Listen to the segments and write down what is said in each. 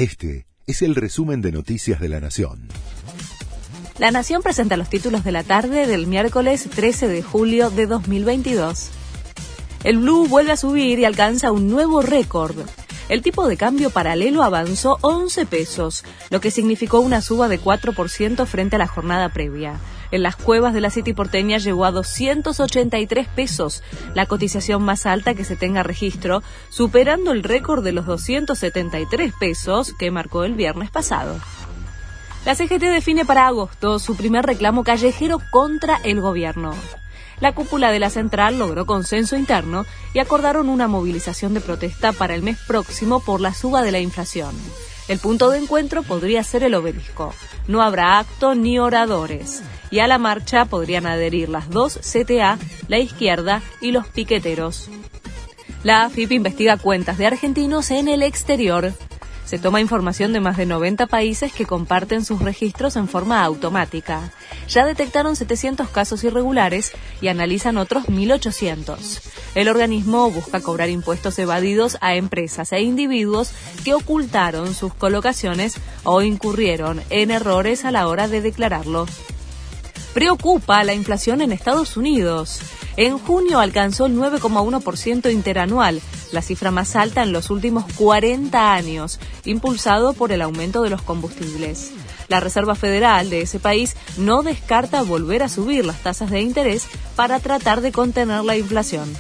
Este es el resumen de Noticias de la Nación. La Nación presenta los títulos de la tarde del miércoles 13 de julio de 2022. El blue vuelve a subir y alcanza un nuevo récord. El tipo de cambio paralelo avanzó 11 pesos, lo que significó una suba de 4% frente a la jornada previa. En las cuevas de la City porteña llegó a 283 pesos, la cotización más alta que se tenga registro, superando el récord de los 273 pesos que marcó el viernes pasado. La CGT define para agosto su primer reclamo callejero contra el gobierno. La cúpula de la central logró consenso interno y acordaron una movilización de protesta para el mes próximo por la suba de la inflación. El punto de encuentro podría ser el Obelisco. No habrá acto ni oradores. Y a la marcha podrían adherir las dos CTA, la izquierda y los piqueteros. La AFIP investiga cuentas de argentinos en el exterior. Se toma información de más de 90 países que comparten sus registros en forma automática. Ya detectaron 700 casos irregulares y analizan otros 1.800. El organismo busca cobrar impuestos evadidos a empresas e individuos que ocultaron sus colocaciones o incurrieron en errores a la hora de declararlo. Preocupa la inflación en Estados Unidos. En junio alcanzó el 9,1% interanual, la cifra más alta en los últimos 40 años, impulsado por el aumento de los combustibles. La Reserva Federal de ese país no descarta volver a subir las tasas de interés para tratar de contener la inflación.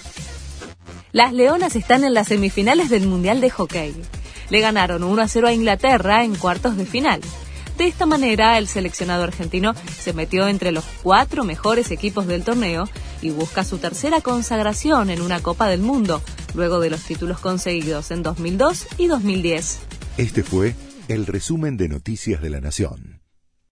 Las Leonas están en las semifinales del Mundial de Hockey. Le ganaron 1-0 a Inglaterra en cuartos de final. De esta manera, el seleccionado argentino se metió entre los 4 mejores equipos del torneo y busca su tercera consagración en una Copa del Mundo, luego de los títulos conseguidos en 2002 y 2010. Este fue el resumen de Noticias de la Nación.